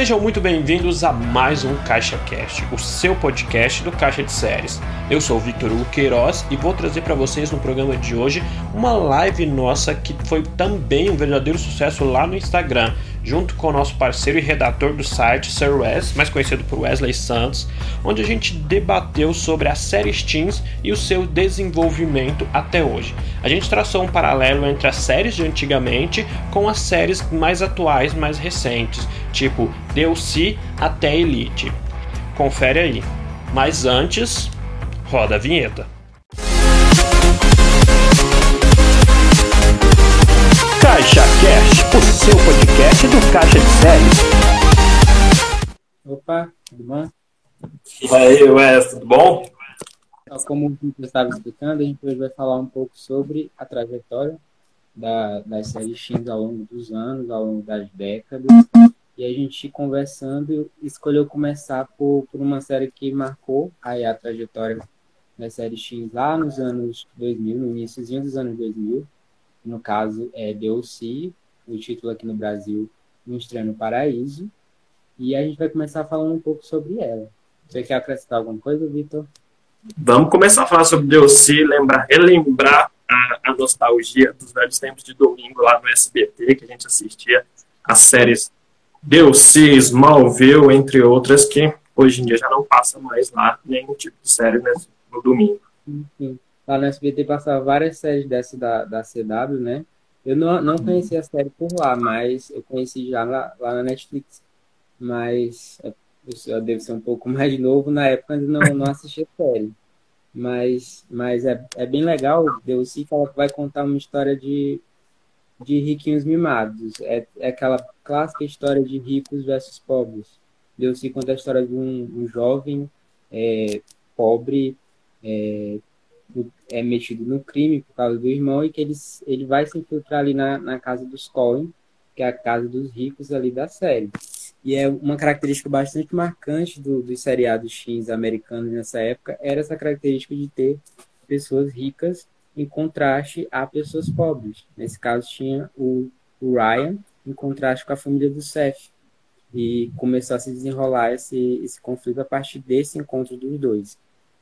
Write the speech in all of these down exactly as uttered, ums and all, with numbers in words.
Sejam muito bem-vindos a mais um CaixaCast, o seu podcast do Caixa de Séries. Eu sou o Victor Hugo Queiroz e vou trazer para vocês no programa de hoje uma live nossa que foi também um verdadeiro sucesso lá no Instagram, junto com o nosso parceiro e redator do site, Sir Wes, mais conhecido por Wesley Santos, onde a gente debateu sobre as séries teens e o seu desenvolvimento até hoje. A gente traçou um paralelo entre as séries de antigamente com as séries mais atuais, mais recentes, tipo D C até Elite. Confere aí. Mas antes, roda a vinheta. CaixaCast, o seu podcast do Caixa de Séries. Opa, tudo bom? E aí, Wes, tudo bom? Como o Victor estava explicando, a gente hoje vai falar um pouco sobre a trajetória da, das séries teens ao longo dos anos, ao longo das décadas. E a gente conversando escolheu começar por, por uma série que marcou aí a trajetória das séries teens lá nos anos dois mil, no iníciozinho dos anos dois mil. No caso, é D C, o título aqui no Brasil, Um Estranho no Paraíso. E a gente vai começar falando um pouco sobre ela. Você quer acrescentar alguma coisa, Victor? Vamos começar a falar sobre D C, lembrar, relembrar a, a nostalgia dos velhos tempos de domingo lá no S B T, que a gente assistia as séries D C, Smallville, entre outras, que hoje em dia já não passa mais lá nenhum tipo de série né, no domingo. Sim. Lá no S B T passava várias séries dessa da, da C W, né? Eu não, não conhecia a série por lá, mas eu conheci já lá, lá na Netflix. Mas eu devo ser um pouco mais novo, na época ainda não, não assistia a série. Mas, mas é, é bem legal, D C, que ela vai contar uma história de, de riquinhos mimados. É, é aquela clássica história de ricos versus pobres. D C conta a história de um, um jovem é, pobre, é, é metido no crime por causa do irmão e que ele, ele vai se infiltrar ali na, na casa dos Coen, que é a casa dos ricos ali da série. E é uma característica bastante marcante do, dos seriados teens americanos nessa época, era essa característica de ter pessoas ricas em contraste a pessoas pobres. Nesse caso tinha o, o Ryan em contraste com a família do Seth. E começou a se desenrolar esse, esse conflito a partir desse encontro dos dois.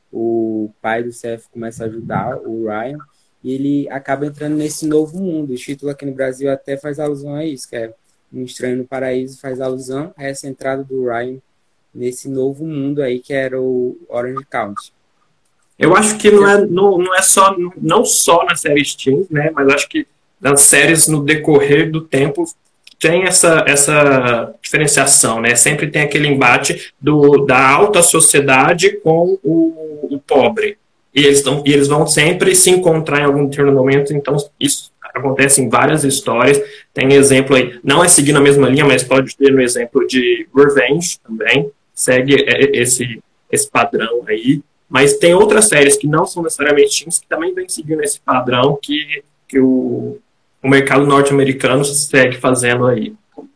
O pai do Seth começa a ajudar o Ryan e ele acaba entrando nesse novo mundo. O título aqui no Brasil até faz alusão a isso, que é Um Estranho no Paraíso, faz alusão a essa entrada do Ryan nesse novo mundo aí que era o Orange County. Eu acho que não é, não, não é só, não só nas séries teens, né, mas acho que nas séries no decorrer do tempo tem essa, essa diferenciação, né? Sempre tem aquele embate do, da alta sociedade com o, o pobre. E eles, tão, e eles vão sempre se encontrar em algum determinado momento, então isso acontece em várias histórias. Tem exemplo aí, não é seguindo a mesma linha, mas pode ter no exemplo de Revenge também, segue esse, esse padrão aí. Mas tem outras séries que não são necessariamente teens, que também vêm seguindo esse padrão que, que o o mercado norte-americano segue fazendo aí.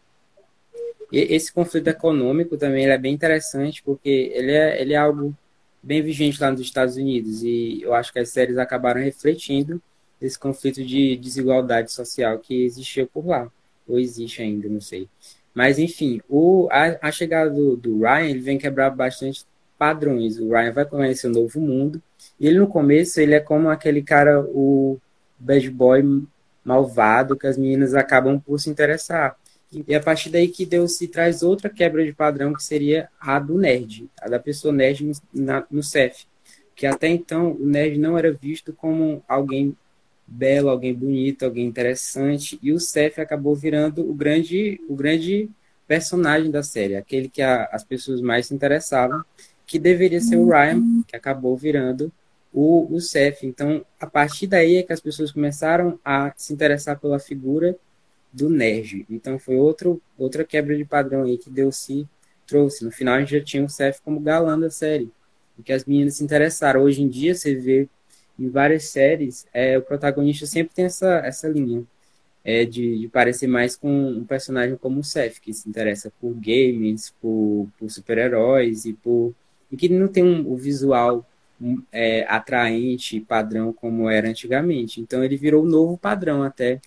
E esse conflito econômico também ele é bem interessante, porque ele é, ele é algo bem vigente lá nos Estados Unidos, e eu acho que as séries acabaram refletindo esse conflito de desigualdade social que existia por lá, ou existe ainda, não sei. Mas, enfim, o, a, a chegada do, do Ryan, ele vem quebrar bastante padrões. O Ryan vai conhecer um novo mundo, e ele no começo, ele é como aquele cara, o bad boy malvado, que as meninas acabam por se interessar. E a partir daí que Deus se traz outra quebra de padrão, que seria a do nerd, a da pessoa nerd no, na, no Seth. Que até então o nerd não era visto como alguém belo, alguém bonito, alguém interessante, e o Seth acabou virando o grande, o grande personagem da série, aquele que a, as pessoas mais se interessavam, que deveria ser o Ryan, que acabou virando O, o Seth. Então, a partir daí é que as pessoas começaram a se interessar pela figura do nerd. Então, foi outro, outra quebra de padrão aí que Deus-se trouxe. No final, a gente já tinha o Seth como galã da série, porque as meninas se interessaram. Hoje em dia, você vê em várias séries, é, o protagonista sempre tem essa, essa linha é, de, de parecer mais com um personagem como o Seth, que se interessa por games, por, por super-heróis e por e que não tem um, o visual É, atraente, padrão como era antigamente. Então ele virou o novo padrão até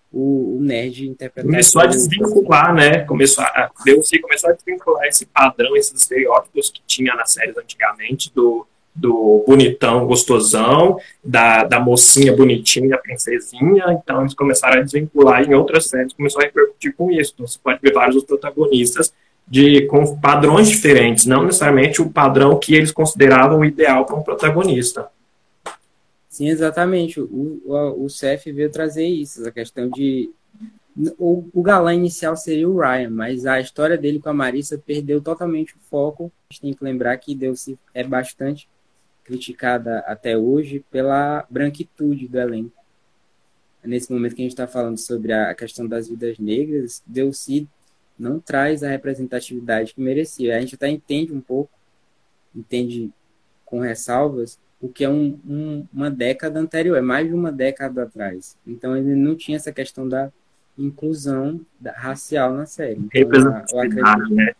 o, o nerd interpretar. Começou a desvincular, né? Começou a, Deus começou a desvincular esse padrão, esses estereótipos que tinha nas séries antigamente, do, do bonitão gostosão, da, da mocinha bonitinha, princesinha. Então eles começaram a desvincular em outras séries, começou a repercutir com isso. Então você pode ver vários dos protagonistas de, com padrões diferentes, não necessariamente o padrão que eles consideravam o ideal para um protagonista. Sim, exatamente. O, o, o Seth veio trazer isso, a questão de... O, o galã inicial seria o Ryan, mas a história dele com a Marissa perdeu totalmente o foco. A gente tem que lembrar que Deus é bastante criticada até hoje pela branquitude do elenco. Nesse momento que a gente está falando sobre a questão das vidas negras, Deus não traz a representatividade que merecia. A gente até entende um pouco, entende com ressalvas, o que é um, um, uma década anterior, é mais de uma década atrás. Então ele não tinha essa questão da inclusão da, racial na série. Então, representatividade, né?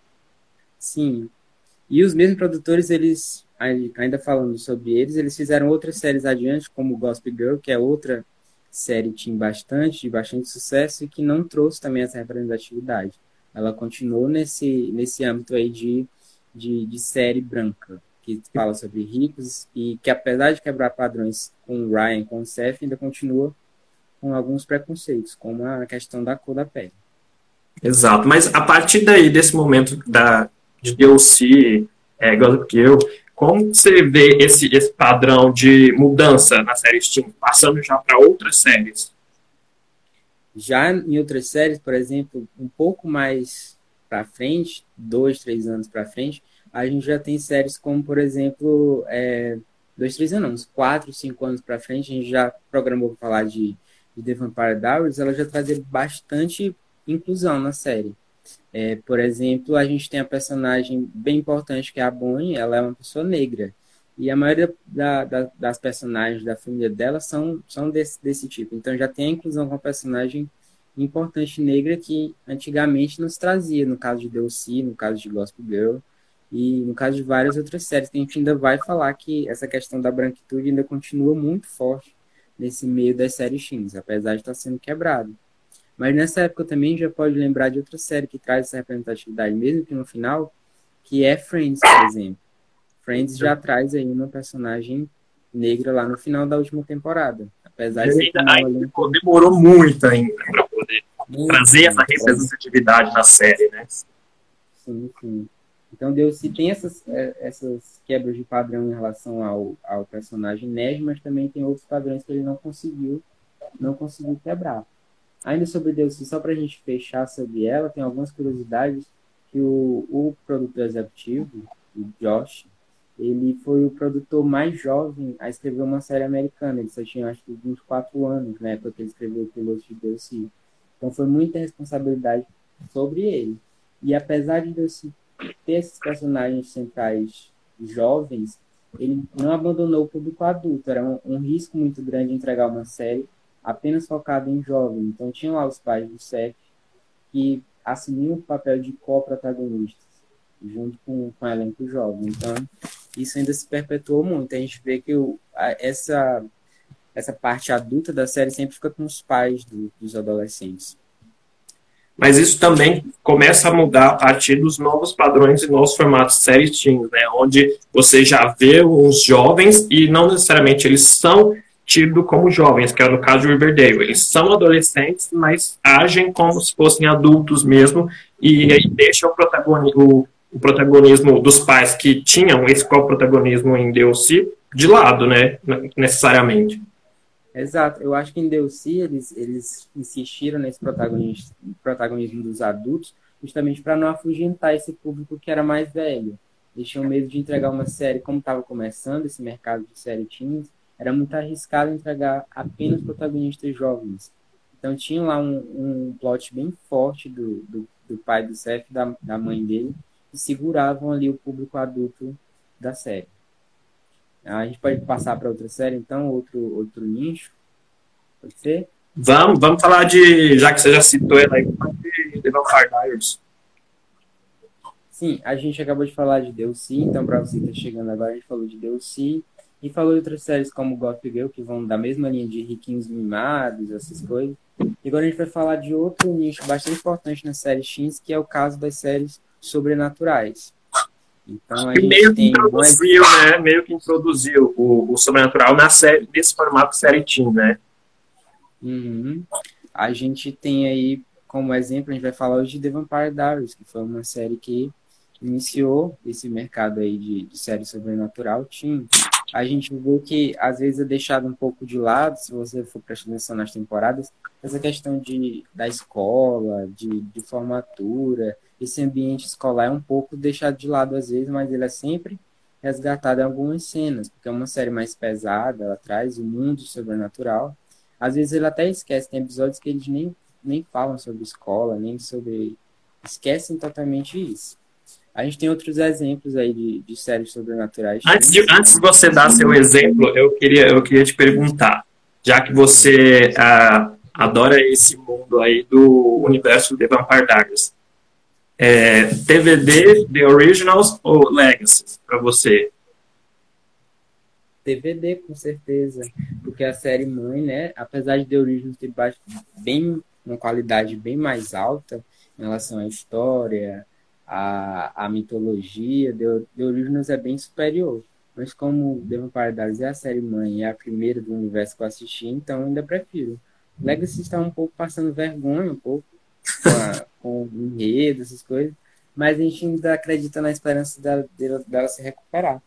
Sim. E os mesmos produtores, eles, ainda falando sobre eles, eles fizeram outras séries adiante, como Gossip Girl, que é outra série que tinha bastante, de bastante sucesso e que não trouxe também essa representatividade. Ela continuou nesse, nesse âmbito aí de, de, de série branca, que fala sobre ricos e que, apesar de quebrar padrões com o Ryan, com o Seth, ainda continua com alguns preconceitos, como a questão da cor da pele. Exato, mas a partir daí, desse momento da, de D L C, é, Gossip Girl, como você vê esse, esse padrão de mudança na série Steam, passando já para outras séries? Já em outras séries, por exemplo, um pouco mais para frente, dois, três anos para frente, a gente já tem séries como, por exemplo, é, dois, três anos, uns quatro, cinco anos para frente, a gente já programou para falar de, de The Vampire Diaries, ela já trazia bastante inclusão na série. É, por exemplo, a gente tem a personagem bem importante, que é a Bonnie, ela é uma pessoa negra. E a maioria da, da, das personagens da família dela são, são desse, desse tipo. Então já tem a inclusão com uma personagem importante negra que antigamente não se trazia, no caso de D L C, no caso de Gospel Girl, e no caso de várias outras séries, que a gente ainda vai falar que essa questão da branquitude ainda continua muito forte nesse meio das séries teens, apesar de estar sendo quebrado. Mas nessa época também já pode lembrar de outra série que traz essa representatividade, mesmo que no final, que é Friends, por exemplo. Friends já traz aí uma personagem negra lá no final da última temporada. Apesar de ainda, ainda demorou muito ainda para poder muito trazer essa representatividade na série, né? Sim, sim. Então Deus se tem essas, essas quebras de padrão em relação ao, ao personagem nerd, mas também tem outros padrões que ele não conseguiu, não conseguiu quebrar. Ainda sobre Deus, só para a gente fechar sobre ela, tem algumas curiosidades que o, o produtor executivo, o Josh, ele foi o produtor mais jovem a escrever uma série americana. Ele só tinha, acho que, vinte e quatro anos, na época que ele escreveu o piloto de Deus. Então foi muita responsabilidade sobre ele. E apesar de Deus ter esses personagens centrais jovens, ele não abandonou o público adulto. Era um, um risco muito grande entregar uma série apenas focada em jovens. Então tinham lá os pais do Seth que assumiam o papel de co-protagonistas junto com, com o elenco jovem. Então isso ainda se perpetuou muito. A gente vê que o, a, essa, essa parte adulta da série sempre fica com os pais do, dos adolescentes. Mas isso também começa a mudar a partir dos novos padrões e novos formatos de séries teens, né? Onde você já vê os jovens e não necessariamente eles são tidos como jovens, que é no caso de Riverdale. Eles são adolescentes, mas agem como se fossem adultos mesmo, e aí deixa o protagonismo, o protagonismo dos pais que tinham esse co-protagonismo em D L C de lado, né? Necessariamente. Exato. Eu acho que em D L C eles, eles insistiram nesse protagonismo, protagonismo dos adultos justamente para não afugentar esse público que era mais velho. Eles tinham medo de entregar uma série, como estava começando esse mercado de série teens, era muito arriscado entregar apenas protagonistas jovens. Então tinha lá um, um plot bem forte do, do, do pai do Seth, da, da mãe dele, que seguravam ali o público adulto da série. A gente pode passar para outra série, então, outro, outro nicho? Pode ser? Vamos, vamos falar de, já que você já citou ela aí, de The Vampire Diaries. Sim, a gente acabou de falar de D L C, então para você que está chegando agora, a gente falou de D L C, e falou de outras séries como Gossip Girl, que vão da mesma linha de riquinhos mimados, essas coisas. E agora a gente vai falar de outro nicho bastante importante nas séries teens, que é o caso das séries sobrenaturais. Então a Que gente meio que tem mais... introduziu, né? Meio que introduziu o, o sobrenatural na série, nesse formato série teen, né? Uhum. A gente tem aí, como exemplo, a gente vai falar hoje de The Vampire Diaries, que foi uma série que iniciou esse mercado aí de, de série sobrenatural teen. A gente vê que às vezes é deixado um pouco de lado, se você for prestar atenção nas temporadas, essa questão de, da escola, de, de formatura, esse ambiente escolar é um pouco deixado de lado às vezes, mas ele é sempre resgatado em algumas cenas, porque é uma série mais pesada, ela traz o mundo sobrenatural. Às vezes ele até esquece, tem episódios que eles nem, nem falam sobre escola, nem sobre... Esquecem totalmente isso. A gente tem outros exemplos aí de, de séries sobrenaturais. Antes de, antes de você dar seu exemplo, eu queria, eu queria te perguntar, já que você ah, adora esse mundo aí do universo de Vampire Diaries, é, D V D, The Originals ou Legacies para você? D V D, com certeza. Porque a série mãe, né, apesar de The Originals ter baixo, bem, uma qualidade bem mais alta em relação à história, a, a mitologia, The, The Originals é bem superior. Mas como The Vampire Diaries é a série mãe e é a primeira do universo que eu assisti, então eu ainda prefiro. Legacy está um pouco passando vergonha, um pouco, com, a, com o enredo, essas coisas, mas a gente ainda acredita na esperança dela, dela, dela se recuperar.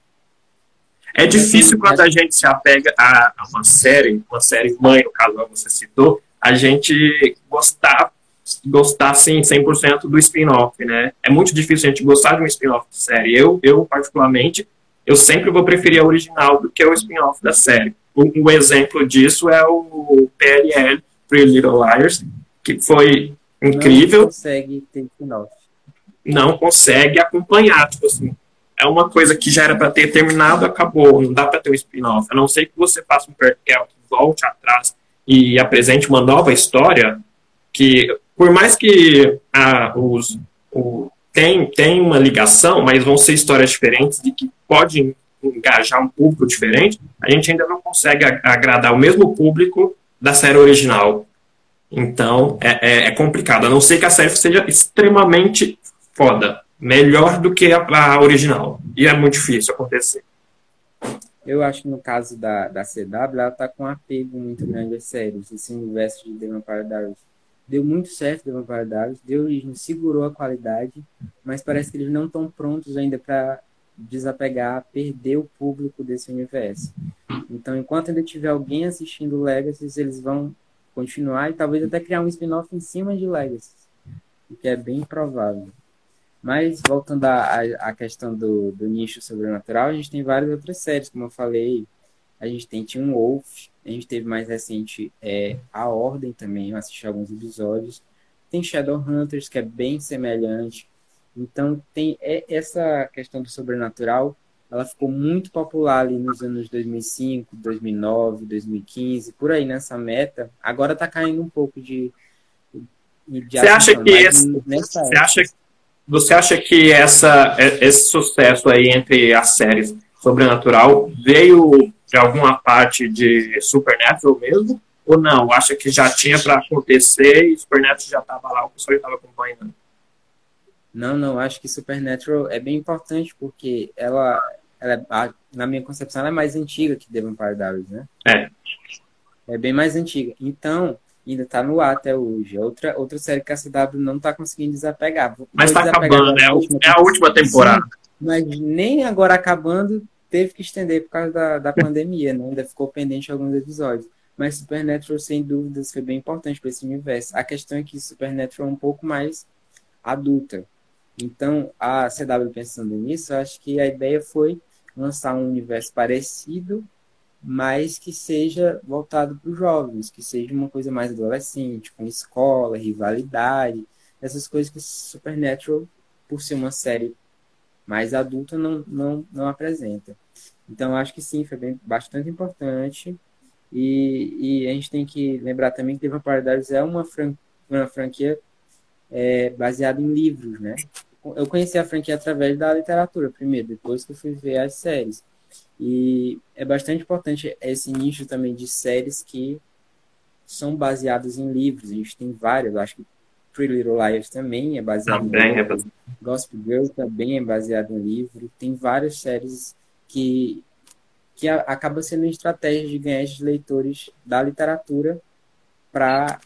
É difícil quando a gente se apega a uma série, uma série mãe, no caso que você citou, a gente gostar gostar, sim, cem por cento do spin-off, né? É muito difícil a gente gostar de um spin-off de série. Eu, eu, particularmente, eu sempre vou preferir a original do que o spin-off da série. Um, um exemplo disso é o P L L, Pretty Little Liars, que foi incrível. Não consegue ter spin-off. Não consegue acompanhar, tipo assim, é uma coisa que já era para ter terminado, acabou, não dá para ter um spin-off. A não ser que você faça um prequel que volte atrás e apresente uma nova história, que por mais que ah, os, o, tem, tem uma ligação, mas vão ser histórias diferentes e que podem engajar um público diferente, a gente ainda não consegue agradar o mesmo público da série original. Então, é, é, é complicado, a não ser que a série seja extremamente foda, melhor do que a, a original. E é muito difícil acontecer. Eu acho que no caso da, da C W, ela tá com um apego muito grande às séries. Esse universo de The Vampire Diaries deu muito certo, The Vampire Diaries, deu origem, segurou a qualidade, mas parece que eles não estão prontos ainda para desapegar, perder o público desse universo. Então, enquanto ainda tiver alguém assistindo Legacy, eles vão continuar e talvez até criar um spin-off em cima de Legacy, o que é bem provável. Mas, voltando à, à questão do, do nicho sobrenatural, a gente tem várias outras séries, como eu falei. A gente tem Teen Wolf, a gente teve mais recente é, A Ordem também, eu assisti alguns episódios. Tem Shadowhunters, que é bem semelhante. Então, tem é, essa questão do sobrenatural, ela ficou muito popular ali nos anos dois mil e cinco, dois mil e nove, dois mil e quinze, por aí nessa meta. Agora está caindo um pouco de... de Você acha que esse... Você acha Você acha que essa, esse sucesso aí entre as séries sobrenatural veio de alguma parte de Supernatural mesmo? Ou não? Acha que já tinha para acontecer e Supernatural já estava lá, o pessoal estava acompanhando? Não, não. Acho que Supernatural é bem importante porque ela, ela é, na minha concepção, ela é mais antiga que The Vampire Diaries, né? É. É bem mais antiga. Então... ainda tá no ar até hoje. Outra, outra série que a C W não tá conseguindo desapegar. Mas tá acabando, é a, última, é a última temporada. Sim, mas nem agora acabando, teve que estender por causa da, da pandemia, né? Ainda ficou pendente alguns episódios. Mas Supernatural, sem dúvidas, foi bem importante para esse universo. A questão é que Supernatural é um pouco mais adulta. Então, a C W pensando nisso, acho que a ideia foi lançar um universo parecido, mas que seja voltado para os jovens, que seja uma coisa mais adolescente, com escola, rivalidade, essas coisas que Supernatural, por ser uma série mais adulta, não, não, não apresenta. Então, acho que sim, foi bem, bastante importante. E, e a gente tem que lembrar também que The Vampire Diaries é uma, fran, uma franquia é, baseada em livros, né? Eu conheci a franquia através da literatura primeiro, depois que eu fui ver as séries. E é bastante importante esse nicho também de séries que são baseados em livros. A gente tem vários, acho que Pretty Little Liars também é baseado Também em é livro. baseado. Gossip Girl também é baseado em livro. Tem várias séries que, que a, acaba sendo uma estratégia de ganhar esses leitores da literatura para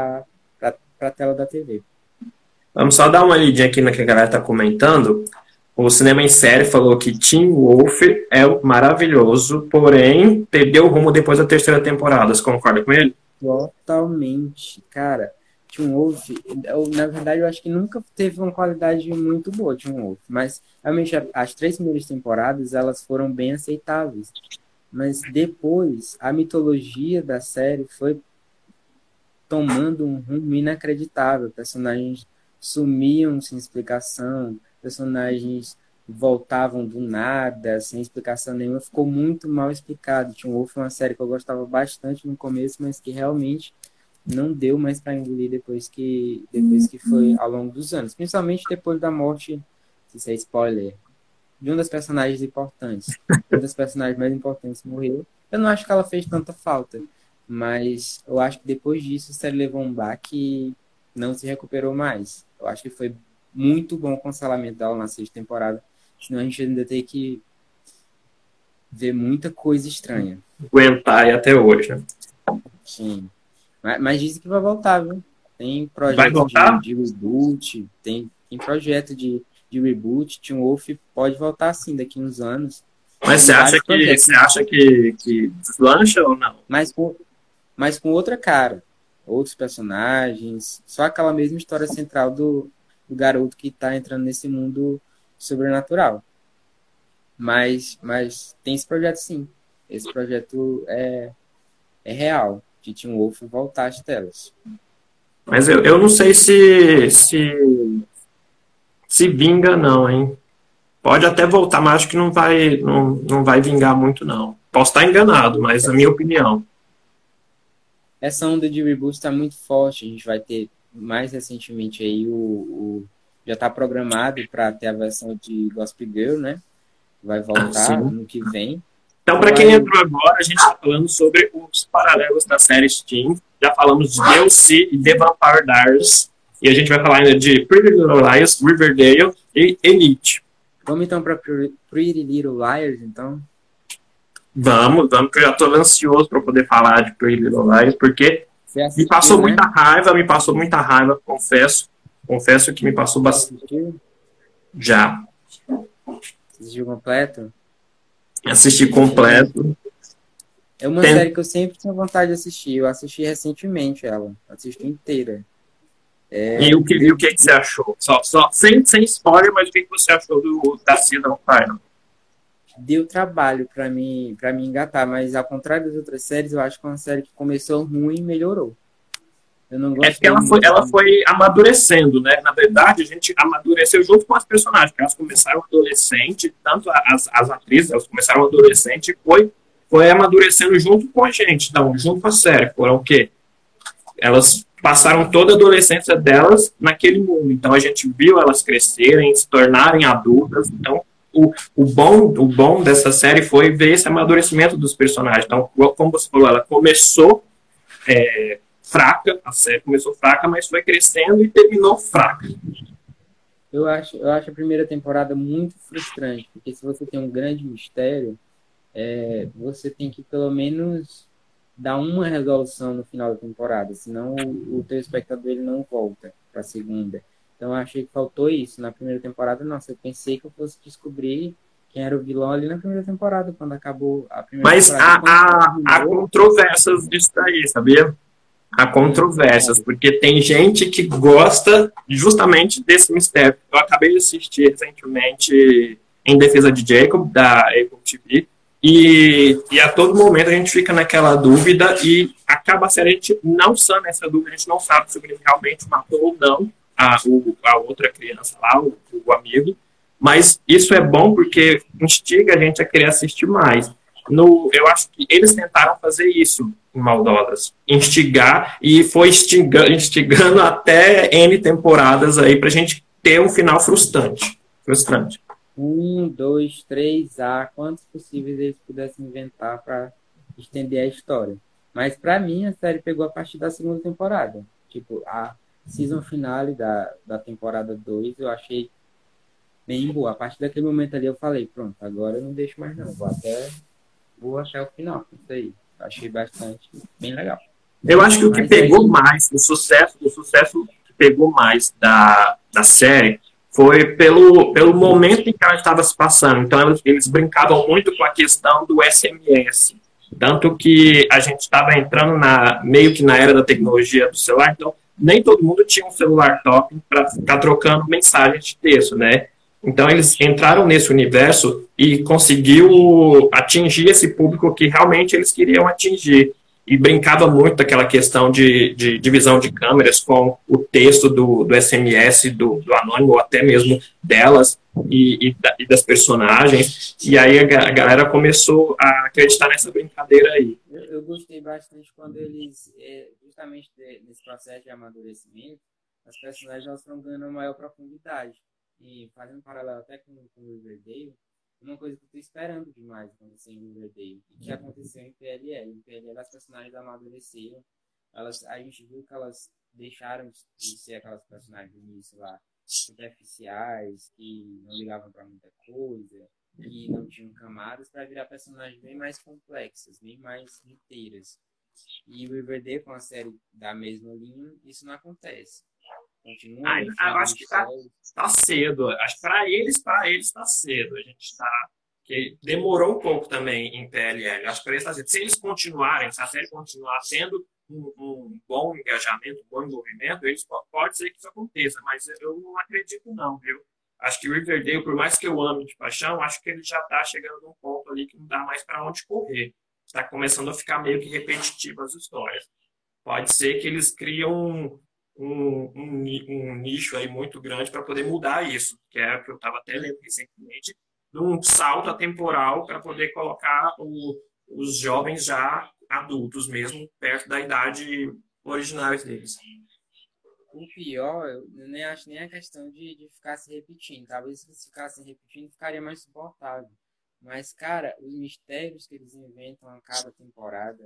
a tela da T V. Vamos só dar uma lidinha aqui na que a galera está comentando. O Cinema em Série falou que Teen Wolf é maravilhoso, porém perdeu o rumo depois da terceira temporada. Você concorda com ele? Totalmente. Cara, Teen Wolf, eu, na verdade, eu acho que nunca teve uma qualidade muito boa, Teen Wolf. Mas, realmente, as três primeiras temporadas, elas foram bem aceitáveis. Mas depois, a mitologia da série foi tomando um rumo inacreditável. Personagens sumiam sem explicação, personagens voltavam do nada, sem explicação nenhuma, ficou muito mal explicado. Teen Wolf é uma série que eu gostava bastante no começo, mas que realmente não deu mais para engolir depois que, depois que foi ao longo dos anos, principalmente depois da morte, se isso é spoiler, de um dos personagens importantes. Um dos personagens mais importantes morreu. Eu não acho que ela fez tanta falta, mas eu acho que depois disso a série levou um baque e não se recuperou mais. Eu acho que foi muito bom o cancelamento dela na sexta temporada, senão a gente ainda tem que ver muita coisa estranha. Aguentar aí até hoje, né? Sim. Mas, mas dizem que vai voltar, viu? Tem Vai projeto voltar? de, de reboot, tem, tem projeto de, de reboot. Teen Wolf pode voltar sim daqui uns anos. Mas você Tem acha vários que, projetos, você acha que, que deslancha ou não? mas com, mas com outra cara, outros personagens, só aquela mesma história central do, do garoto que tá entrando nesse mundo sobrenatural. Mas, mas tem esse projeto sim. Esse projeto é, é real, de Teen Wolf voltar às telas. Mas eu, eu não sei se, se se vinga não, hein? Pode até voltar, mas acho que não vai, não, não vai vingar muito, não. Posso estar enganado, mas a minha opinião. Essa onda de reboot está muito forte. A gente vai ter mais recentemente aí o, o já está programado para ter a versão de Gossip Girl, né? Vai voltar Ah, no que vem. Então, para quem entrou agora, a gente está falando sobre os paralelos da série Teen. Já falamos de D L C e The Vampire Diaries. E a gente vai falar ainda de Pretty Little Liars, Riverdale e Elite. Vamos então para Pretty Little Liars, então? Vamos, vamos, que eu já estou ansioso para poder falar de Pretty Little Liars, porque Você assistiu, me passou né? muita raiva, me passou muita raiva, confesso. Confesso que me passou Você bastante. assistiu? Já. Você assistiu completo? Assisti completo. É uma Tem- série que eu sempre tinha vontade de assistir. Eu assisti recentemente ela. Assisti inteira. E o que, e o que, que você achou? Só, só, sem, sem spoiler, mas o que, que você achou do, da Season Final? Deu trabalho pra mim, pra mim engatar, mas ao contrário das outras séries, eu acho que é uma série que começou ruim e melhorou. Eu não gosto É porque ela foi, ela foi amadurecendo, né? Na verdade, a gente amadureceu junto com as personagens, porque elas começaram adolescente, tanto as, as atrizes, elas começaram adolescente e foi, foi amadurecendo junto com a gente, então, junto com a série. Foram o quê? Elas passaram toda a adolescência delas naquele mundo. Então, a gente viu elas crescerem, se tornarem adultas. Então, o, o, bom, o bom dessa série foi ver esse amadurecimento dos personagens. Então, como você falou, ela começou é, fraca, a série começou fraca, mas foi crescendo e terminou fraca. Eu acho, eu acho a primeira temporada muito frustrante, porque se você tem um grande mistério, é, você tem que pelo menos dar uma resolução no final da temporada, senão o, o teu espectador ele não volta para a segunda. Então eu achei que faltou isso. Na primeira temporada, nossa, eu pensei que eu fosse descobrir quem era o vilão ali na primeira temporada, quando acabou a primeira Mas há, temporada. há, Quando há terminou, controvérsias disso daí, sabia? Há controvérsias, porque tem gente que gosta justamente desse mistério. Eu acabei de assistir recentemente Em Defesa de Jacob, da Apple T V, e, e a todo momento a gente fica naquela dúvida e acaba a série, a gente não sana essa dúvida, a gente não sabe se ele realmente matou ou não a, o, a outra criança lá, o, o amigo, mas isso é bom porque instiga a gente a querer assistir mais. No, eu acho que eles tentaram fazer isso em Maldodas, instigar, e foi instigando, instigando até N temporadas aí pra gente ter um final frustrante. Frustrante. um, dois, três, A, quantos possíveis eles pudessem inventar para estender a história. Mas pra mim a série pegou a partir da segunda temporada. Tipo, a season finale da, da temporada dois eu achei bem boa. A partir daquele momento ali eu falei, pronto, agora eu não deixo mais não. Vou até, vou até o final. Isso aí. Achei bastante, bem legal. Eu acho que o que Mas pegou aí, mais, o sucesso, o sucesso que pegou mais da, da série foi pelo, pelo momento em que ela estava se passando. Então, eles, eles brincavam muito com a questão do S M S. Tanto que a gente estava entrando na, meio que na era da tecnologia do celular, então nem todo mundo tinha um celular top para ficar trocando mensagens de texto, né? Então, eles entraram nesse universo e conseguiu atingir esse público que realmente eles queriam atingir e brincava muito daquela questão de, de divisão de câmeras com o texto do, do S M S, do, do anônimo, ou até mesmo delas e, e, da, e das personagens. E aí a, a galera começou a acreditar nessa brincadeira aí. eu, eu gostei bastante quando eles, é, justamente de- nesse processo de amadurecimento, as personagens elas foram ganhando uma maior profundidade. E fazendo um paralelo até com, com o Riverdale, uma coisa que eu tô esperando demais acontecer em Riverdale, e que aconteceu em P L L. Em P L L as personagens amadureceram, elas, a gente viu que elas deixaram de ser aquelas personagens do início lá, superficiais, que não ligavam para muita coisa, que não tinham camadas, para virar personagens bem mais complexas, bem mais inteiras. E o Riverdale, com a série da mesma linha, isso não acontece. Continua Ah, no eu fio do acho que tá, mistério. tá cedo. Acho que para eles, para eles está cedo. A gente está que demorou um pouco também em P L L. Acho que para eles está cedo. Se eles continuarem, se a série continuar tendo um, um bom engajamento, um bom envolvimento, eles pode ser que isso aconteça, mas eu não acredito não, viu? Acho que o Riverdale, por mais que eu ame de paixão, acho que ele já está chegando num ponto ali que não dá mais para onde correr. Está começando a ficar meio que repetitivo as histórias. Pode ser que eles criam um, um, um nicho aí muito grande para poder mudar isso, que é o que eu estava até lendo recentemente, um salto atemporal para poder colocar o, os jovens já adultos mesmo, perto da idade original deles. O pior, eu nem acho nem a questão de, de ficar se repetindo. Talvez se eles ficassem repetindo, ficaria mais suportável. Mas, cara, os mistérios que eles inventam a cada temporada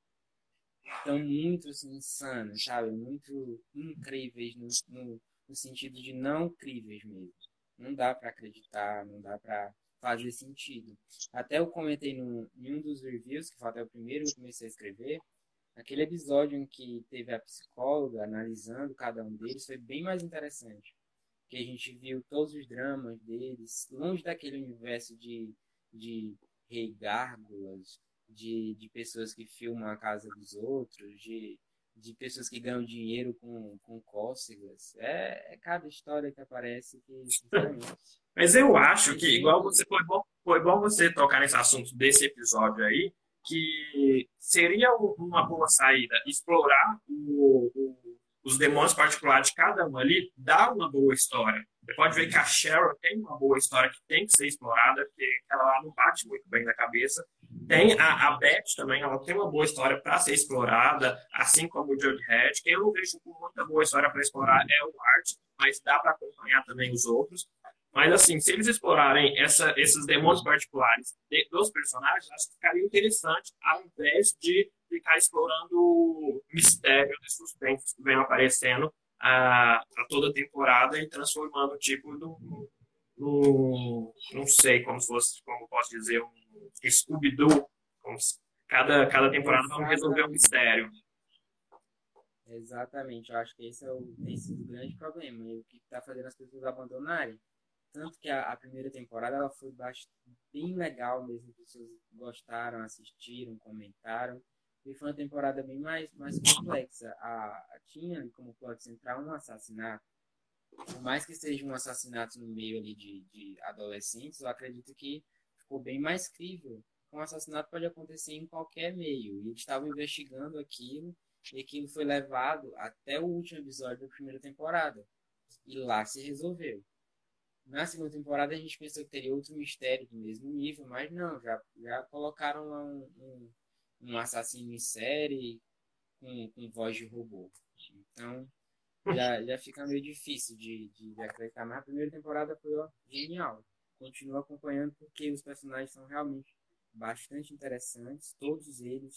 estão muito assim, insanos, sabe? Muito incríveis no, no, no sentido de não críveis mesmo. Não dá pra acreditar, não dá pra fazer sentido. Até eu comentei no, em um dos reviews, que foi até o primeiro que eu comecei a escrever, aquele episódio em que teve a psicóloga analisando cada um deles foi bem mais interessante. Que a gente viu todos os dramas deles, longe daquele universo de, de rei gárgulas, de, de pessoas que filmam a casa dos outros, de, de pessoas que ganham dinheiro com, com cócegas. É, é cada história que aparece que, sinceramente, Mas eu acho a que, igual gente. você foi bom, foi bom você tocar nesse assunto desse episódio aí, que seria um- uma boa saída explorar o- o- os demônios particulares de cada um ali, dá uma boa história. Você pode ver que a Cheryl tem uma boa história que tem que ser explorada, porque ela lá não bate muito bem na cabeça. Tem a, a Beth também, ela tem uma boa história para ser explorada, assim como o Jughead. Quem eu não vejo com muita boa história para explorar é o Art, mas dá para acompanhar também os outros. Mas, assim, se eles explorarem essa, esses demônios particulares de, dos personagens, acho que ficaria interessante, ao invés de ficar explorando mistérios e suspensos que vem aparecendo a, a toda temporada e transformando, tipo, num, num, não sei como se fosse, como posso dizer, um Scooby-Doo. Como se cada, cada temporada vamos resolver um Exatamente. mistério. Exatamente. Eu acho que esse é o, tem sido o grande problema. E o que está fazendo as pessoas abandonarem. Tanto que a, a primeira temporada ela foi bast- bem legal mesmo, as pessoas gostaram, assistiram, comentaram. E foi uma temporada bem mais, mais complexa. A, a tinha ali como plot central um assassinato. Por mais que seja um assassinato no meio ali de, de adolescentes, eu acredito que ficou bem mais crível. Um assassinato pode acontecer em qualquer meio. E eles estavam investigando aquilo, e aquilo foi levado até o último episódio da primeira temporada. E lá se resolveu. Na segunda temporada a gente pensou que teria outro mistério do mesmo nível, mas não, já, já colocaram lá um, um, um assassino em série com, com voz de robô. Então já, já fica meio difícil de, de, de acreditar. Mas a primeira temporada foi ó, genial. Continuo acompanhando porque os personagens são realmente bastante interessantes, todos eles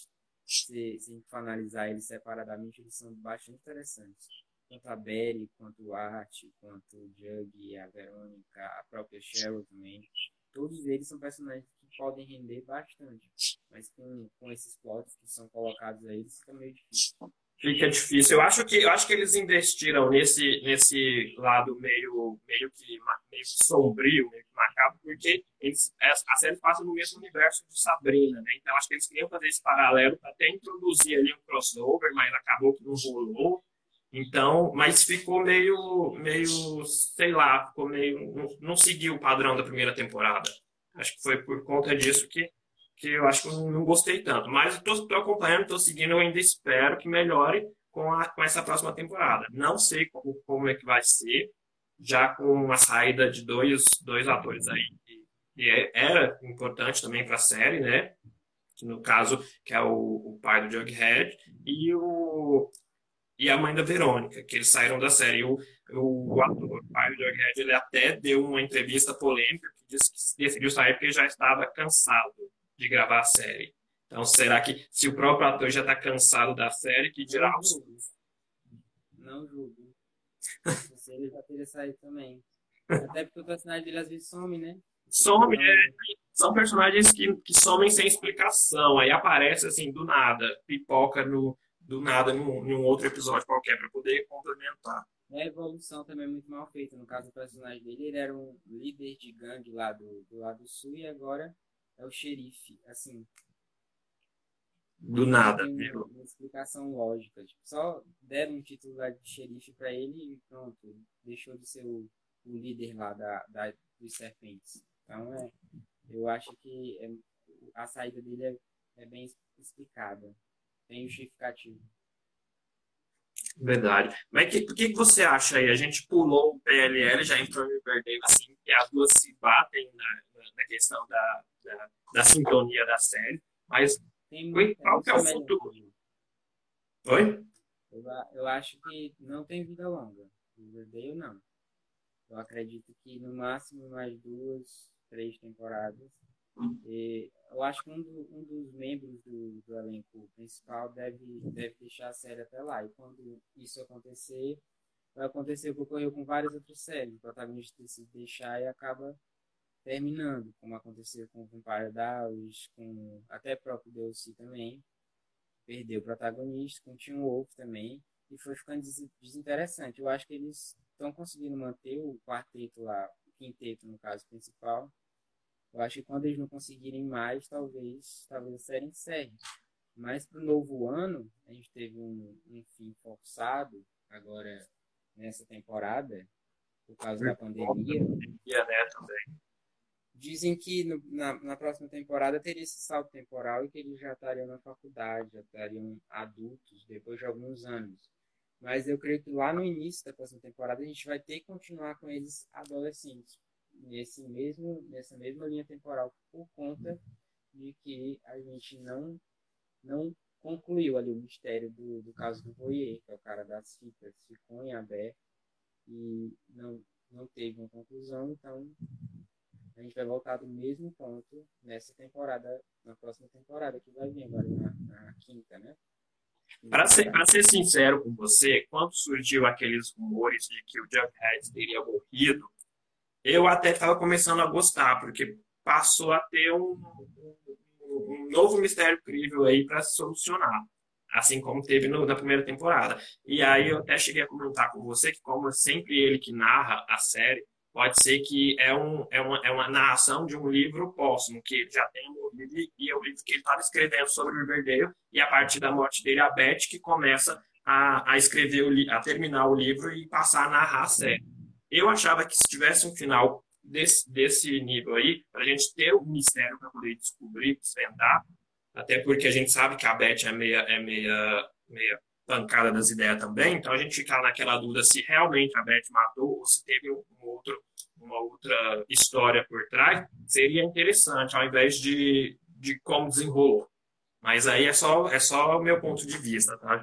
se, se a gente for analisar eles separadamente, eles são bastante interessantes. Tanto a Betty, quanto o Art, quanto o Jug, a Verônica, a própria Cheryl também. Todos eles são personagens que podem render bastante. Mas com, com esses plots que são colocados aí, isso fica meio difícil. Fica difícil. Eu acho que, eu acho que eles investiram nesse, nesse lado meio, meio, que, meio que sombrio, meio que macabro, porque eles, a série passa no mesmo universo de Sabrina, né? Então acho que eles queriam fazer esse paralelo para até introduzir ali um crossover, mas acabou que não rolou. Então, mas ficou meio, meio, sei lá, ficou meio, não, não seguiu o padrão da primeira temporada. Acho que foi por conta disso que que eu acho que eu não gostei tanto. Mas estou acompanhando, estou seguindo, eu ainda espero que melhore com, a, com essa próxima temporada. Não sei como, como é que vai ser, já com a saída de dois, dois atores aí, que, que é, era importante também para a série, né? No caso, que é o, o pai do Jughead e, o, e a mãe da Verônica, que eles saíram da série. O, o ator, o pai do Jughead, ele até deu uma entrevista polêmica que disse que decidiu sair porque já estava cansado de gravar a série. Então, será que se o próprio ator já está cansado da série, que dirá Não os... julgo. Não julgo. Se ele já teria saído também. Até porque o personagem dele às vezes some, né? Some, Então, é, são personagens que, que somem sem explicação, aí aparece assim, do nada, pipoca no, do nada num, num outro episódio qualquer para poder complementar. a evolução também é muito mal feita. No caso do personagem dele, ele era um líder de gangue lá do, do lado sul e agora é o xerife. Assim, Do não nada, tem uma, viu? uma explicação lógica. Tipo, só deram um título lá de xerife para ele e pronto. Deixou de ser o, o líder lá da, da, dos serpentes. Então, é, eu acho que é, a saída dele é, é bem explicada. Tem justificativo. Verdade. Mas que- o que, que você acha aí? A gente pulou o P L L, já entrou no Riverdale, assim, que as duas se batem na, na, na questão da, da, da sintonia da série, mas Tem muito, é qual muito que é o semelhante. futuro? Oi? Eu, a- eu acho que não tem vida longa. Riverdale, não. Eu acredito que no máximo mais duas, três temporadas. E eu acho que um, do- um dos membros do, do elenco principal deve, deve deixar a série até lá. E quando isso acontecer, vai acontecer o que ocorreu com várias outras séries. O protagonista decide deixar e acaba terminando, como aconteceu com o Vampire Diaries, com até próprio D L C também. Perdeu o protagonista, com Teen Wolf também, e foi ficando des- desinteressante. Eu acho que eles estão conseguindo manter o quarteto lá, o quinteto, no caso principal. Eu acho que quando eles não conseguirem mais, talvez, talvez a série encerre. Mas para o novo ano, a gente teve um, um fim forçado, agora nessa temporada, por causa da pandemia. E a Né, também. Dizem que no- na, na próxima temporada teria esse salto temporal e que eles já estariam na faculdade, já estariam adultos depois de alguns anos. Mas eu creio que lá no início da próxima temporada a gente vai ter que continuar com eles adolescentes, nesse mesmo, nessa mesma linha temporal, por conta de que a gente não, não concluiu ali o mistério do, do caso do Voyeur, que é o cara das fitas, ficou em aberto e não, não teve uma conclusão, então a gente vai voltar do mesmo ponto nessa temporada, na próxima temporada, que vai vir agora na, na quinta, né? Quinta Para ser, temporada. para ser sincero com você, quando surgiu aqueles rumores de que o Jughead teria morrido, eu até estava começando a gostar, porque passou a ter um, um, um novo mistério incrível aí para se solucionar, assim como teve no- na primeira temporada. E aí eu até cheguei a comentar com você que, como é sempre ele que narra a série, pode ser que é, um, é, uma, é uma narração de um livro póstumo, que ele já tem morrido e e é o livro que ele estava escrevendo sobre o Riverdale, e a partir da morte dele, a Beth que começa a, a escrever, o li- a terminar o livro e passar a narrar a série. Eu achava que se tivesse um final desse, desse nível aí, para a gente ter um mistério para poder descobrir, desvendar, até porque a gente sabe que a Beth é meia, é meia, meia pancada das ideias também, então a gente fica naquela dúvida se realmente a Beth matou ou se teve um outro, uma outra história por trás, seria interessante, ao invés de, de como desenrolou. Mas aí é só, é só o meu ponto de vista, tá?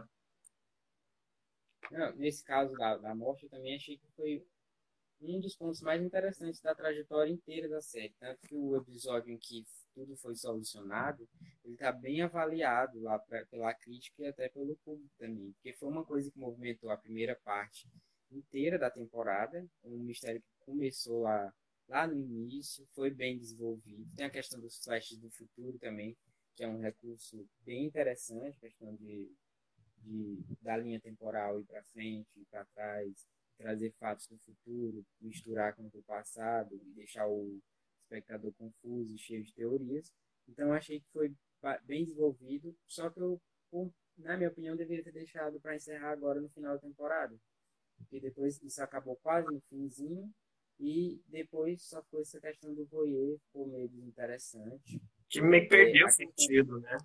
Não, nesse caso da, da morte, eu também achei que foi um dos pontos mais interessantes da trajetória inteira da série. Tanto que o episódio em que tudo foi solucionado, ele está bem avaliado lá pra, pela crítica e até pelo público também, porque foi uma coisa que movimentou a primeira parte inteira da temporada, um mistério que começou lá, lá no início, foi bem desenvolvido. Tem a questão dos flashes do futuro também, que é um recurso bem interessante, questão de, de da linha temporal ir para frente, ir para trás, trazer fatos do futuro, misturar com o passado e deixar o espectador confuso e cheio de teorias. Então, eu achei que foi bem desenvolvido, só que eu, na minha opinião, deveria ter deixado para encerrar agora no final da temporada, porque depois isso acabou quase no finzinho, e depois só foi essa questão do voyeur, ficou meio desinteressante. Que meio que perdeu sentido, né?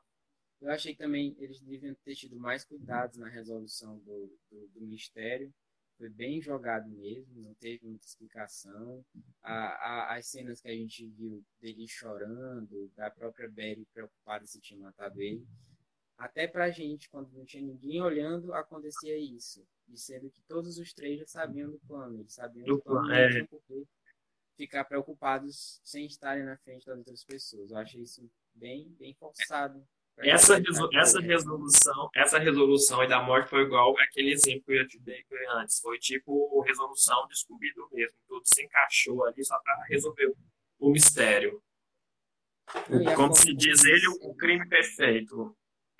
Eu achei que também eles deviam ter tido mais cuidados na resolução do, do, do mistério. Foi bem jogado mesmo, não teve muita explicação. A, a, as cenas que a gente viu dele chorando, da própria Betty preocupada se tinha matado ele. Até pra gente, quando não tinha ninguém olhando, acontecia isso. E sendo que todos os três já sabiam do plano. Eles sabiam do plano, é. não tinham por que ficar preocupados sem estarem na frente das outras pessoas. Eu achei isso bem, bem forçado. Essa, resol essa resolução, essa resolução aí da morte foi igual aquele exemplo que eu já te dei antes. Foi tipo resolução de Scooby-Doo mesmo. Tudo se encaixou ali só para resolver o mistério. Não, como se diz ele, o crime perfeito.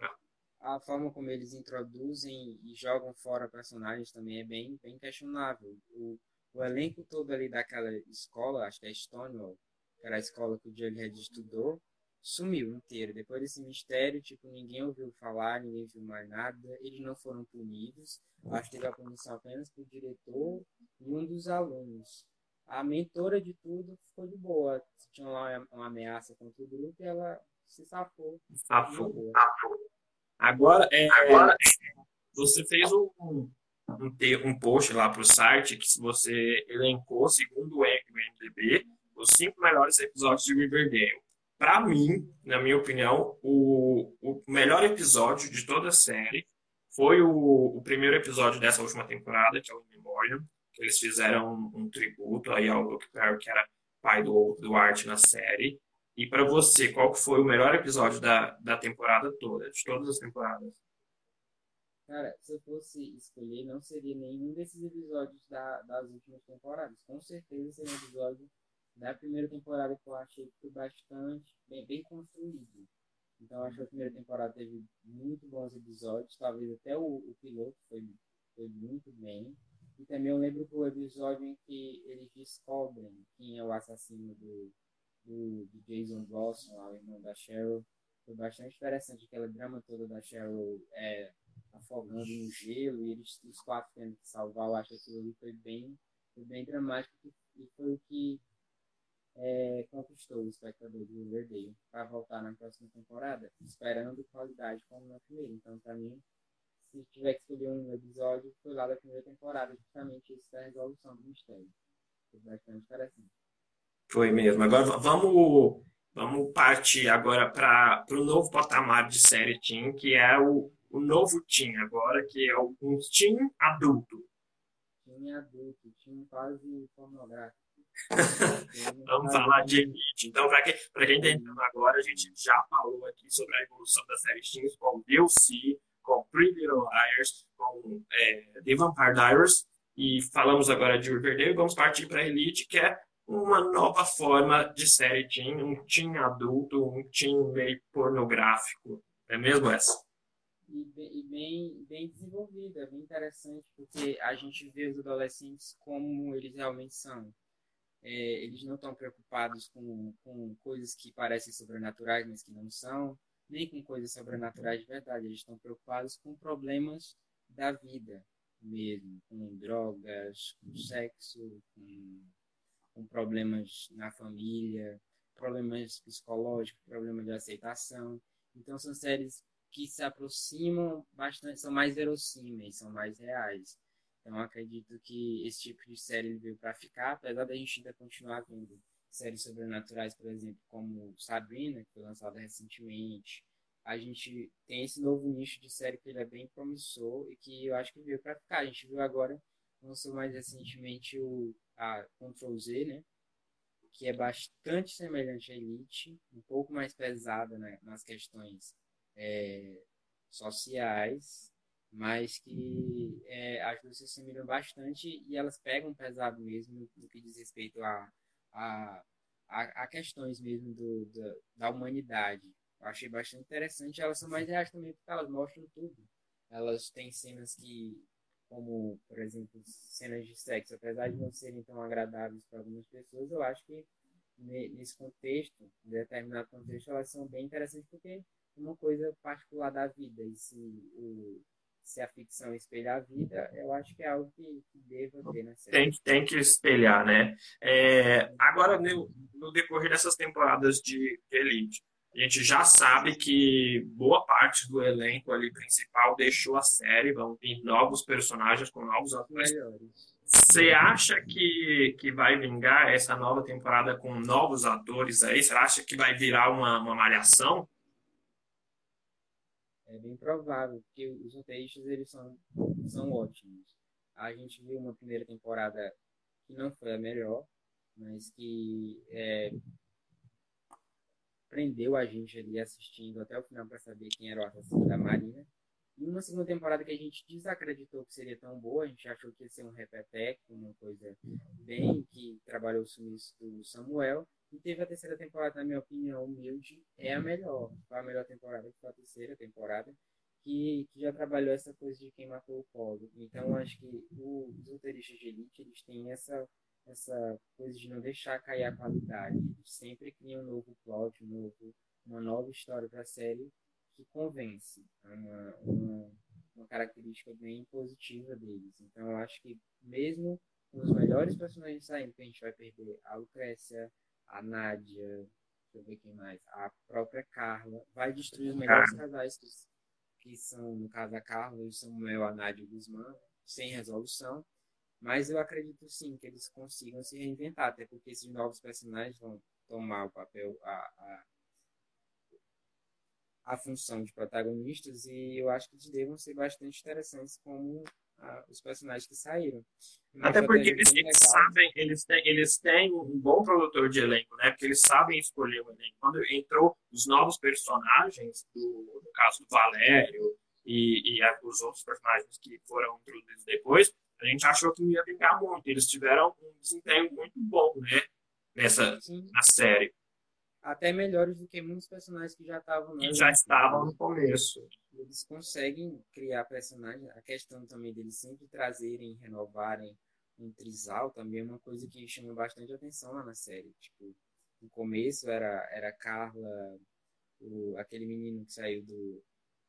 A forma como eles introduzem e jogam fora personagens também é bem, bem questionável. O, o elenco todo ali daquela escola, acho que é Stonewall, que era a escola que o Jughead estudou, sumiu inteiro. Depois desse mistério, tipo, ninguém ouviu falar, ninguém viu mais nada, eles não foram punidos. Acho que teve a punição apenas para o diretor e um dos alunos. A mentora de tudo ficou de boa. Tinha lá uma ameaça contra o grupo e ela se safou. Safou, safou. Agora, é, Agora, você fez um, um, um post lá para o site que você elencou, segundo o I M D B, os cinco melhores episódios de Riverdale. Para mim, na minha opinião, o, o melhor episódio de toda a série foi o, o primeiro episódio dessa última temporada, que é o In Memoriam, que eles fizeram um, um tributo aí ao Luke Perry, que era pai do, do Art na série. E para você, qual foi o melhor episódio da, da temporada toda, de todas as temporadas? Cara, se eu fosse escolher, não seria nenhum desses episódios da, das últimas temporadas. Com certeza seria um episódio da primeira temporada que eu achei que foi bastante, bem, bem construído. Então, eu acho que a primeira temporada teve muito bons episódios, talvez até o, o piloto foi, foi muito bem. E também eu lembro do episódio em que eles descobrem quem é o assassino do, do, do Jason Blossom, o irmão da Cheryl. Foi bastante interessante aquela drama toda da Cheryl é, afogando no gelo e eles, os quatro tendo que salvar. Eu acho que aquilo ali foi bem, foi bem dramático e foi o que É, conquistou o espectador de Riverdale para voltar na próxima temporada, esperando qualidade como na primeira. Então, para mim, se tiver que escolher um episódio, foi lá da primeira temporada, justamente esse da resolução do mistério. Foi bastante interessante. Foi mesmo. Agora vamos, vamos partir agora para o novo patamar de série Teen, que é o, o novo Teen agora, que é o, um Teen adulto. Teen adulto, Teen quase pornográfico. Vamos falar de Elite. Então, para quem está entrando agora, a gente já falou aqui sobre a evolução das séries teens com D L C, com Pretty Little Liars, com é, The Vampire Diaries, e falamos agora de Riverdale. Vamos partir para Elite, que é uma nova forma de série teen, um teen adulto, um teen meio pornográfico. É mesmo essa? E, bem, e bem, bem desenvolvida, bem interessante, porque a gente vê os adolescentes como eles realmente são. É, eles não estão preocupados com, com coisas que parecem sobrenaturais, mas que não são, nem com coisas sobrenaturais de verdade. Eles estão preocupados com problemas da vida mesmo, com drogas, com sexo, com, com problemas na família, problemas psicológicos, problemas de aceitação. Então, são séries que se aproximam bastante, são mais verossímeis, são mais reais. Então, acredito que esse tipo de série ele veio para ficar, apesar da gente ainda continuar vendo séries sobrenaturais, por exemplo, como Sabrina, que foi lançada recentemente. A gente tem esse novo nicho de série que ele é bem promissor e que eu acho que veio para ficar. A gente viu agora, lançou mais recentemente o a Control Z, né? que é bastante semelhante à Elite, um pouco mais pesada, né, nas questões é, sociais, mas que é, as duas se assemelham bastante e elas pegam pesado mesmo no que diz respeito a, a, a, a questões mesmo do, da, da humanidade. Eu achei bastante interessante. Elas são mais reais também porque elas mostram tudo. Elas têm cenas que, como, por exemplo, cenas de sexo, apesar de não serem tão agradáveis para algumas pessoas, eu acho que nesse contexto, em determinado contexto, elas são bem interessantes porque é uma coisa particular da vida. E se, o, se a ficção espelha a vida, eu acho que é algo que, que deva ter na série. Tem, tem que espelhar, né? É, agora, no, no decorrer dessas temporadas de, de Elite, a gente já sabe que boa parte do elenco ali principal deixou a série, vão vir novos personagens com novos atores. Melhores. Você acha que, que vai vingar essa nova temporada com novos atores aí? Você acha que vai virar uma, uma malhação? É bem provável, porque os roteiristas eles são, são ótimos. A gente viu uma primeira temporada que não foi a melhor, mas que é, prendeu a gente ali assistindo até o final para saber quem era o assassino da Marina. E uma segunda temporada que a gente desacreditou que seria tão boa, a gente achou que ia ser um repeteco, uma coisa bem que trabalhou o sumiço do Samuel. E teve a terceira temporada, na minha opinião, humilde, é a melhor. Foi a melhor temporada, que foi a terceira temporada, que, que já trabalhou essa coisa de quem matou o Polo. Então, acho que o, os roteiristas de Elite, eles têm essa, essa coisa de não deixar cair a qualidade. Eles sempre criam um novo plot, um novo, uma nova história para a série que convence. É uma, uma, uma característica bem positiva deles. Então, eu acho que mesmo com os melhores personagens saindo, que a gente vai perder a Lucrécia, a Nádia, deixa eu ver quem mais, a própria Carla, vai destruir os melhores casais que, que são, no caso, a Carla, o Samuel, a Nádia e o Guzmán, sem resolução. Mas eu acredito sim que eles consigam se reinventar, até porque esses novos personagens vão tomar o papel, a, a a função de protagonistas e eu acho que eles devam ser bastante interessantes como ah, os personagens que saíram. Uma Até porque estratégia eles, bem eles legal. sabem, eles têm, eles têm um bom produtor de elenco, né? Porque eles sabem escolher o elenco. Quando entrou os novos personagens, do, no caso do Valério e, e a- os outros personagens que foram introduzidos depois, a gente achou que não ia vingar muito. Eles tiveram um desempenho muito bom, né? Nessa, Sim, na série. até melhores do que muitos personagens que já estavam no E já elenco. estavam no começo. Eles conseguem criar personagens. A questão também deles sempre trazerem, renovarem um trisal também é uma coisa que chama bastante atenção lá na série. Tipo, no começo era, era Carla, o, aquele menino que saiu do,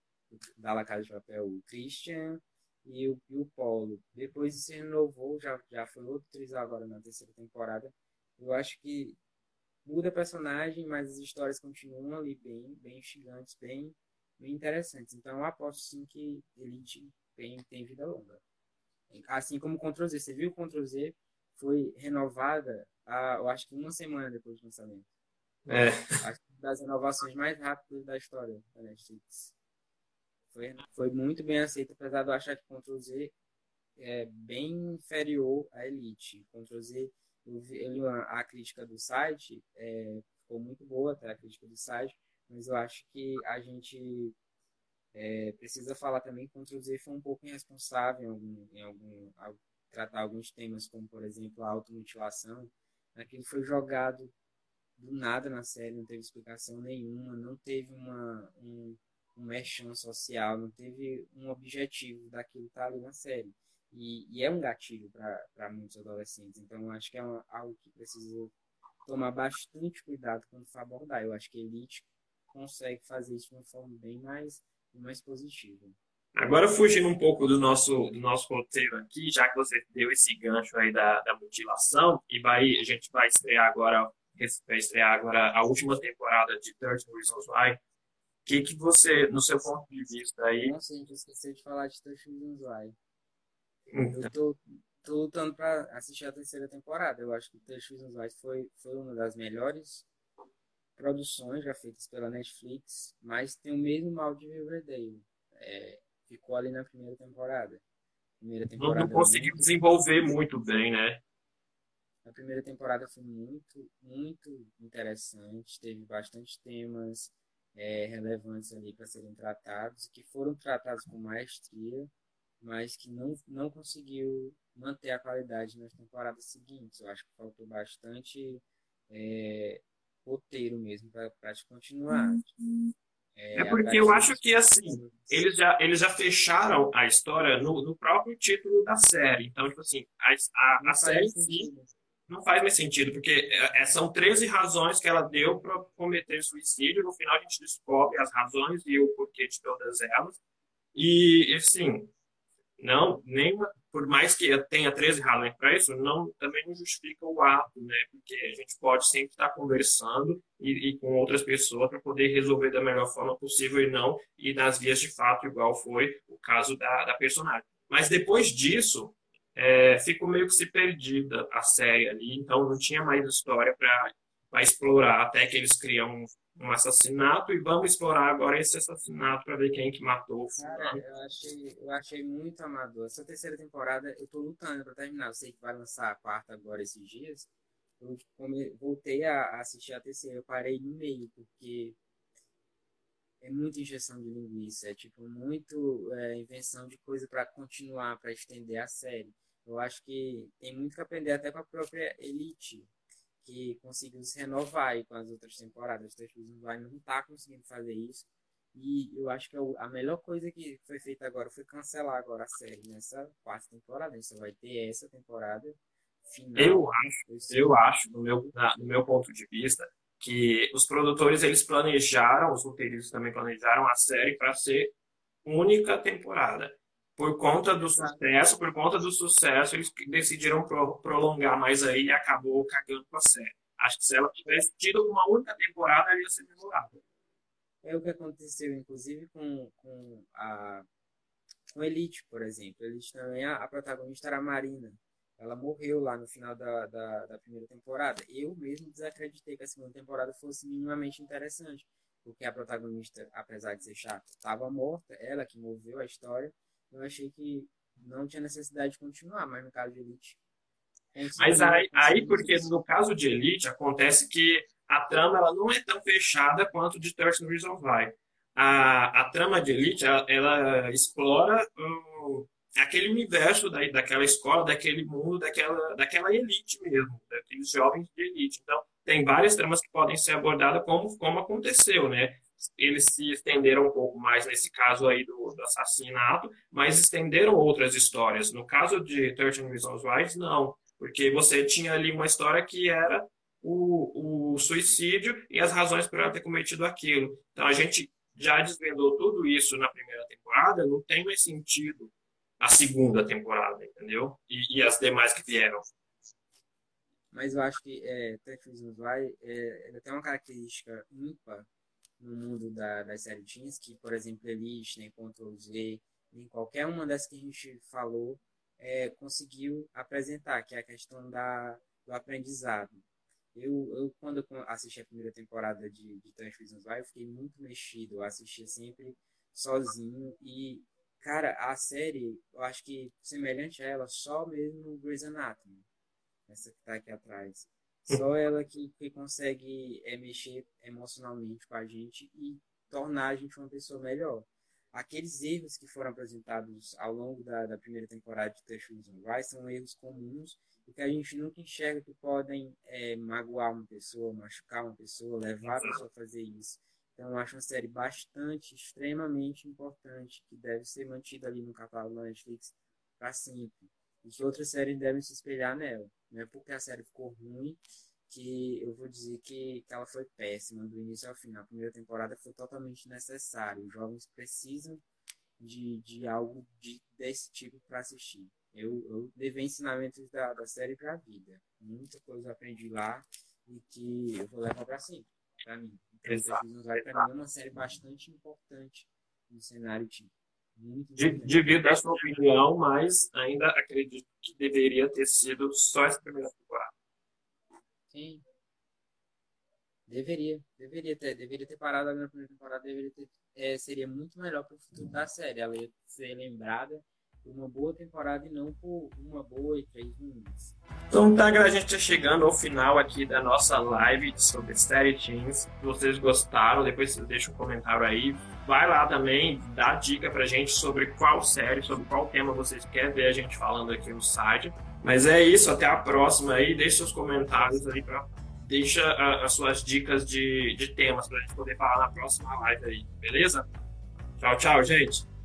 da La Casa de Papel, o Christian e o, e o Paulo. Depois se renovou, já, já foi outro trisal agora na terceira temporada. Eu acho que muda personagem, mas as histórias continuam ali bem, bem instigantes, bem, bem interessantes. Então eu aposto sim que Elite tem, tem vida longa. Assim como o Ctrl Z. Você viu o Ctrl Z foi renovada, há, eu acho que uma semana depois do lançamento. É. Acho que das renovações mais rápidas da história da Netflix. Foi, foi muito bem aceito, apesar de eu achar que Ctrl Z é bem inferior à Elite. Ctrl Z, eu vi, eu li uma- a crítica do site, é, ficou muito boa até a crítica do site, mas eu acho que a gente é, precisa falar também que Ctrl Z foi um pouco irresponsável em algum, em algum ao tratar alguns temas, como por exemplo a automutilação. Aquilo foi jogado do nada na série, não teve explicação nenhuma, não teve uma, um, um merchan social, não teve um objetivo daquilo estar ali na série. E, e é um gatilho para muitos adolescentes. Então, eu acho que é uma, algo que precisa tomar bastante cuidado quando for abordar. Eu acho que Elite consegue fazer isso de uma forma bem mais, mais positiva. Agora, fugindo um pouco do nosso, do nosso roteiro aqui, já que você deu esse gancho aí da, da mutilação, e vai, a gente vai estrear agora, vai estrear agora a última temporada de thirteen Reasons Why. O que, que você, no seu ponto de vista aí, Nossa, a gente esqueceu de falar de thirteen Reasons Why. então, Eu tô, tô lutando para assistir a terceira temporada. Eu acho que thirteen Reasons Why foi, foi uma das melhores produções já feitas pela Netflix, mas tem o mesmo mal de Riverdale. É, ficou ali na primeira temporada. Primeira não, não temporada conseguiu muito. desenvolver muito bem, né? A primeira temporada foi muito, muito interessante, teve bastante temas é, relevantes ali para serem tratados, que foram tratados com maestria, mas que não, não conseguiu manter a qualidade nas temporadas seguintes. Eu acho que faltou bastante é, roteiro mesmo para te continuar. É É, porque eu acho atrativos. que, assim, eles já, eles já fecharam a história no, no próprio título da série. Então, tipo assim, a, a, a Não faz série em mais si sentido. não faz mais sentido, porque é, é, são treze razões que ela deu para cometer suicídio. No final, a gente descobre as razões e o porquê de todas elas. E, assim, não, nenhuma, por mais que tenha treze razões para isso, não, também não justifica o ato, né? Porque a gente pode sempre estar conversando e, e com outras pessoas para poder resolver da melhor forma possível e não ir nas vias de fato, igual foi o caso da, da personagem. Mas depois disso, é, ficou meio que se perdida a série ali, então não tinha mais história para explorar, até que eles criam um, um assassinato e vamos explorar agora esse assassinato para ver quem que matou o Cara, fulano. eu achei, eu achei muito amador. Essa terceira temporada, eu tô lutando pra terminar. Eu sei que vai lançar a quarta agora esses dias. Eu come- voltei a assistir a terceira. Eu parei no meio, porque é muita injeção de linguiça. É tipo, muito é, invenção de coisa pra continuar, pra estender a série. Eu acho que tem muito que aprender até com a própria Elite, que conseguiu se renovar aí com as outras temporadas. O Netflix vai não tá conseguindo fazer isso. E eu acho que é a melhor coisa que foi feita agora foi cancelar agora a série nessa quarta temporada. A gente só vai ter essa temporada Eu final. acho, Eu sei. eu acho, no meu, na- no meu ponto de vista, que os produtores eles planejaram, os roteiristas também planejaram a série para ser única temporada. Por conta do Exato. sucesso, por conta do sucesso, eles decidiram pro- prolongar mais aí e acabou cagando com a série. Acho que se ela tivesse tido uma única temporada, ela ia ser memorável. É o que aconteceu, inclusive, com, com a com Elite, por exemplo. Elite também, a, a protagonista era a Marina. Ela morreu lá no final da, da, da primeira temporada. Eu mesmo desacreditei que a segunda temporada fosse minimamente interessante, porque a protagonista, apesar de ser chata, estava morta, ela que moveu a história. Eu achei que não tinha necessidade de continuar, mas no caso de Elite, Mas conseguiu, aí, aí, conseguiu porque isso. no caso de Elite, acontece que a trama ela não é tão fechada quanto de thirteen Reasons Why. A, a trama de Elite, ela, ela explora hum, aquele universo da, daquela escola, daquele mundo, daquela, daquela elite mesmo, daqueles jovens de elite. Então, tem várias tramas que podem ser abordadas como, como aconteceu, né? Eles se estenderam um pouco mais nesse caso aí do, do assassinato, mas estenderam outras histórias. No caso de thirteen Reasons Why, não, porque você tinha ali uma história que era o, o suicídio e as razões por ela ter cometido aquilo. Então a gente já desvendou tudo isso na primeira temporada, não tem mais sentido a segunda temporada, entendeu? E, e as demais que vieram. Mas eu acho que é, thirteen Reasons Why é, ela tem uma característica ímpar no mundo da, das séries teens, que, por exemplo, Elite, nem Ctrl Z, nem qualquer uma dessas que a gente falou, é, conseguiu apresentar, que é a questão da, do aprendizado. Eu, eu, quando eu assisti a primeira temporada de, de Três Reasons Why, eu fiquei muito mexido. Eu assistia sempre sozinho e, cara, a série, eu acho que semelhante a ela, só mesmo Grey's Anatomy, essa que tá aqui atrás. Só ela que, que consegue é, mexer emocionalmente com a gente e tornar a gente uma pessoa melhor. Aqueles erros que foram apresentados ao longo da, da primeira temporada de Três Reasons Why são erros comuns e que a gente nunca enxerga que podem é, magoar uma pessoa, machucar uma pessoa, levar a pessoa a fazer isso. Então, eu acho uma série bastante, extremamente importante, que deve ser mantida ali no catálogo da Netflix para sempre. E que outras séries devem se espelhar nela. Não é porque a série ficou ruim que eu vou dizer que, que ela foi péssima do início ao fim. A primeira temporada foi totalmente necessária. Os jovens precisam de, de algo de, desse tipo para assistir. Eu, eu levei ensinamentos da, da série para a vida. Muita coisa eu aprendi lá e que eu vou levar para sempre, para mim. Então, Exato, Três vai para mim exato. é uma série bastante importante no cenário teen. Muito Di- importante mesmo. Divido a sua opinião, mas ainda acredito que deveria ter sido só essa primeira temporada. Sim, deveria, deveria ter, deveria ter parado ali na primeira temporada, deveria ter, é, seria muito melhor para o futuro da série, ela ia ser lembrada por uma boa temporada e não por uma boa e três ruins. Então tá, galera, a gente tá chegando ao final aqui da nossa live sobre série Teens. Se vocês gostaram, depois vocês deixam um comentário aí. Vai lá também, dá dica pra gente sobre qual série, sobre qual tema vocês querem ver a gente falando aqui no site. Mas é isso, até a próxima aí. Deixe seus comentários aí, pra, deixa a, as suas dicas de, de temas pra gente poder falar na próxima live aí, beleza? Tchau, tchau, gente!